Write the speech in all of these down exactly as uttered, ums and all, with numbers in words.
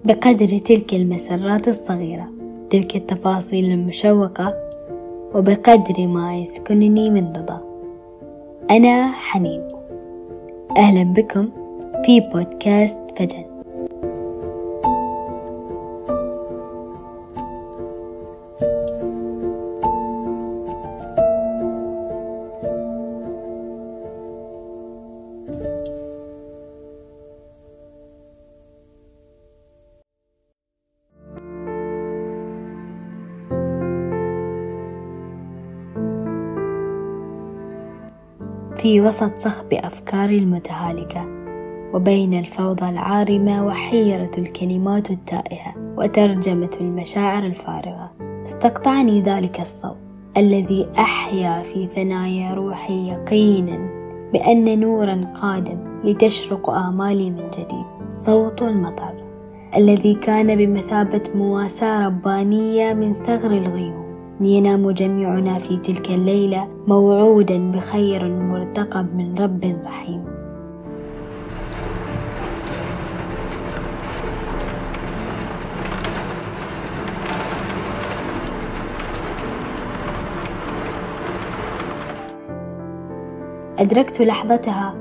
بقدر تلك المسرات الصغيرة، تلك التفاصيل المشوقة، وبقدر ما يسكنني من رضا. أنا حنين، أهلا بكم في بودكاست فجن. في وسط صخب أفكاري المتهالكة، وبين الفوضى العارمة وحيرة الكلمات التائهة وترجمة المشاعر الفارغة، استقطعني ذلك الصوت الذي أحيا في ثنايا روحي يقينا بأن نورا قادم لتشرق آمالي من جديد. صوت المطر الذي كان بمثابة مواساة ربانية من ثغر الغيوم، لينام جميعنا في تلك الليلة موعودا بخير مرتقب من رب رحيم. أدركت لحظتها.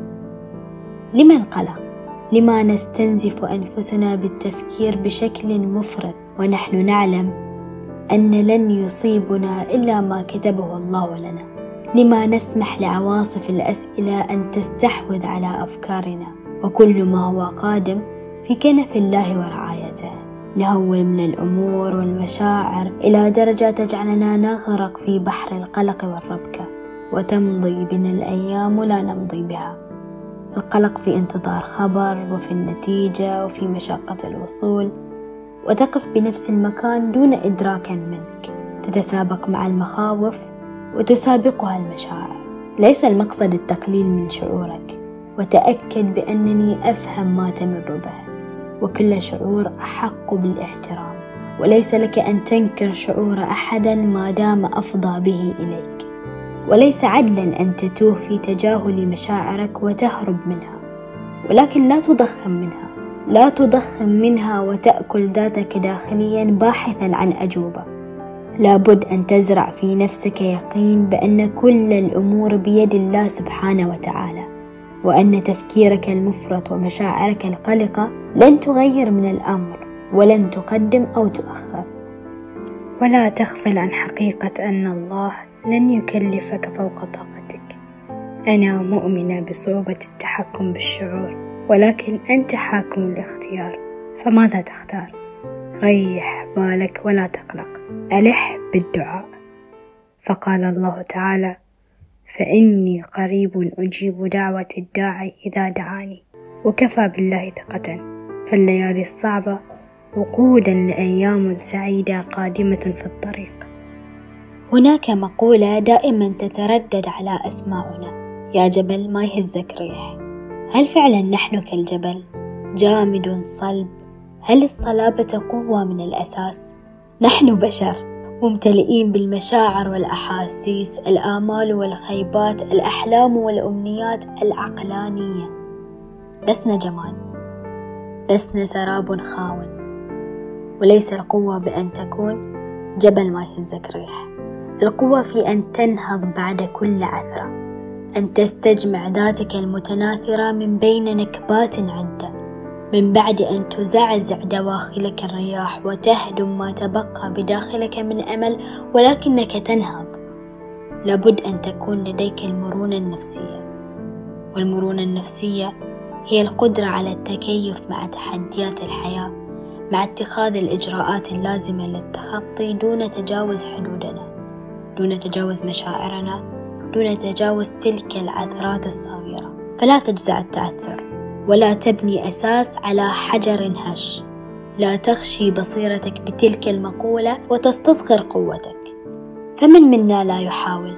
لما القلق؟ لما نستنزف أنفسنا بالتفكير بشكل مفرط ونحن نعلم أن لن يصيبنا إلا ما كتبه الله لنا؟ لما نسمح لعواصف الأسئلة أن تستحوذ على أفكارنا وكل ما هو قادم في كنف الله ورعايته؟ نهول من الأمور والمشاعر إلى درجة تجعلنا نغرق في بحر القلق والربكة، وتمضي بنا الأيام لا نمضي بها. القلق في انتظار خبر، وفي النتيجة، وفي مشقة الوصول، وتقف بنفس المكان دون إدراك منك، تتسابق مع المخاوف وتسابقها المشاعر. ليس المقصد التقليل من شعورك، وتأكد بأنني أفهم ما تمر به، وكل شعور أحق بالاحترام، وليس لك أن تنكر شعور أحدا ما دام أفضى به إليك. وليس عدلا أن تتوه في تجاهل مشاعرك وتهرب منها، ولكن لا تضخم منها لا تضخم منها وتأكل ذاتك داخليا باحثا عن أجوبة. لابد أن تزرع في نفسك يقين بأن كل الأمور بيد الله سبحانه وتعالى، وأن تفكيرك المفرط ومشاعرك القلقة لن تغير من الأمر، ولن تقدم أو تؤخر. ولا تغفل عن حقيقة أن الله لن يكلفك فوق طاقتك. أنا مؤمنة بصعوبة التحكم بالشعور، ولكن أنت حاكم الاختيار، فماذا تختار؟ ريح بالك ولا تقلق، ألح بالدعاء. فقال الله تعالى: فإني قريب أجيب دعوة الداعي إذا دعاني، وكفى بالله ثقة. فالليالي الصعبة وقودا لأيام سعيدة قادمة في الطريق. هناك مقولة دائما تتردد على أسماعنا: يا جبل ما يهزك ريح. هل فعلا نحن كالجبل جامد صلب؟ هل الصلابة قوة من الأساس؟ نحن بشر ممتلئين بالمشاعر والأحاسيس، الآمال والخيبات، الأحلام والأمنيات العقلانية. لسنا جمال، لسنا سراب خاون. وليس القوة بأن تكون جبل ما يهزك ريح. القوة في أن تنهض بعد كل عثرة، أن تستجمع ذاتك المتناثرة من بين نكبات عدة، من بعد أن تزعزع دواخلك الرياح وتهدم ما تبقى بداخلك من أمل، ولكنك تنهض. لابد أن تكون لديك المرونة النفسية، والمرونة النفسية هي القدرة على التكيف مع تحديات الحياة، مع اتخاذ الإجراءات اللازمة للتخطي دون تجاوز حدودنا، دون تجاوز مشاعرنا، دون تجاوز تلك العثرات الصغيرة. فلا تجزع التعثر، ولا تبني أساس على حجر هش. لا تخشي بصيرتك بتلك المقولة وتستصغر قوتك. فمن منا لا يحاول؟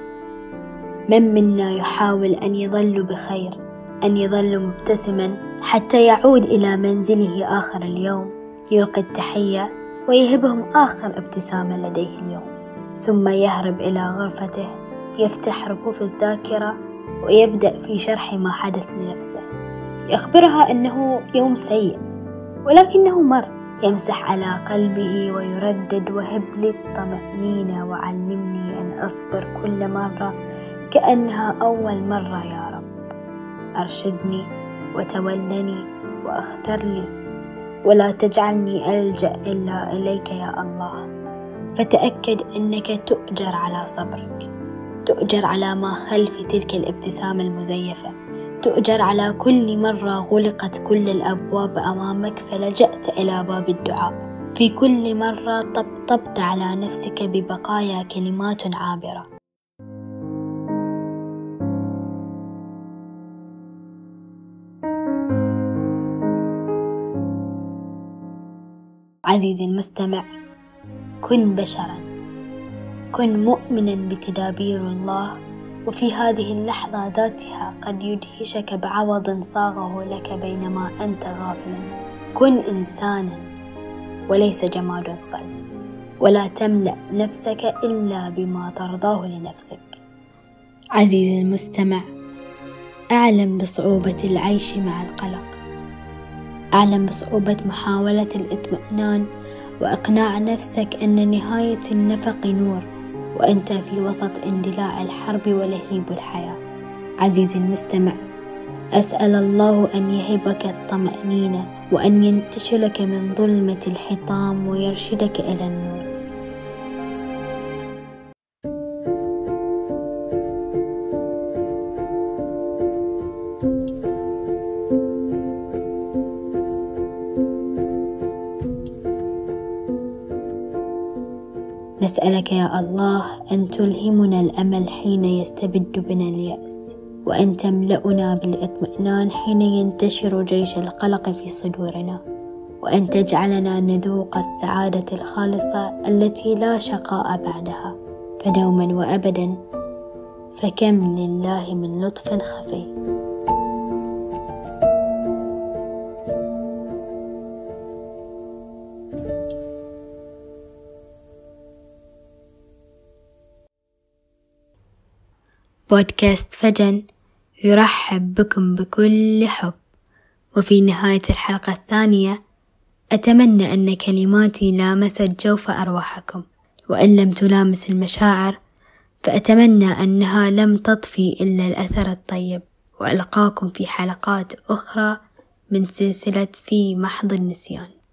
من منا يحاول أن يظل بخير، أن يظل مبتسما حتى يعود إلى منزله آخر اليوم، يلقي التحية ويهبهم آخر ابتسامة لديه اليوم، ثم يهرب إلى غرفته، يفتح رفوف الذاكرة ويبدأ في شرح ما حدث لنفسه، يخبرها أنه يوم سيء ولكنه مر، يمسح على قلبه ويردد: وهب لي الطمأنينة وعلمني أن أصبر كل مرة كأنها أول مرة يا رب. أرشدني وتولني واختر لي، ولا تجعلني ألجأ إلا إليك يا الله. فتأكد أنك تؤجر على صبرك، تؤجر على ما خلف تلك الابتسامة المزيفة، تؤجر على كل مرة غلقت كل الأبواب أمامك فلجأت إلى باب الدعاء، في كل مرة طبطبت على نفسك ببقايا كلمات عابرة. عزيزي المستمع، كن بشرا، كن مؤمنا بتدابير الله، وفي هذه اللحظة ذاتها قد يدهشك بعوض صاغه لك بينما أنت غافل. كن إنسانا وليس جماد صلب، ولا تملأ نفسك إلا بما ترضاه لنفسك. عزيزي المستمع، أعلم بصعوبة العيش مع القلق، أعلم بصعوبة محاولة الاطمئنان وإقناع نفسك أن نهاية النفق نور، وأنت في وسط اندلاع الحرب ولهيب الحياة. عزيزي المستمع، أسأل الله أن يهبك الطمأنينة، وأن ينتشلك من ظلمة الحطام ويرشدك إلى النور. نسألك يا الله أن تلهمنا الأمل حين يستبد بنا اليأس، وأن تملأنا بالاطمئنان حين ينتشر جيش القلق في صدورنا، وأن تجعلنا نذوق السعادة الخالصة التي لا شقاء بعدها، فدوما وأبدا فكم لله من لطف خفي. بودكاست فجن يرحب بكم بكل حب. وفي نهاية الحلقة الثانية أتمنى أن كلماتي لامست جوف أرواحكم، وإن لم تلامس المشاعر فأتمنى أنها لم تطفي إلا الأثر الطيب. وألقاكم في حلقات أخرى من سلسلة في محض النسيان.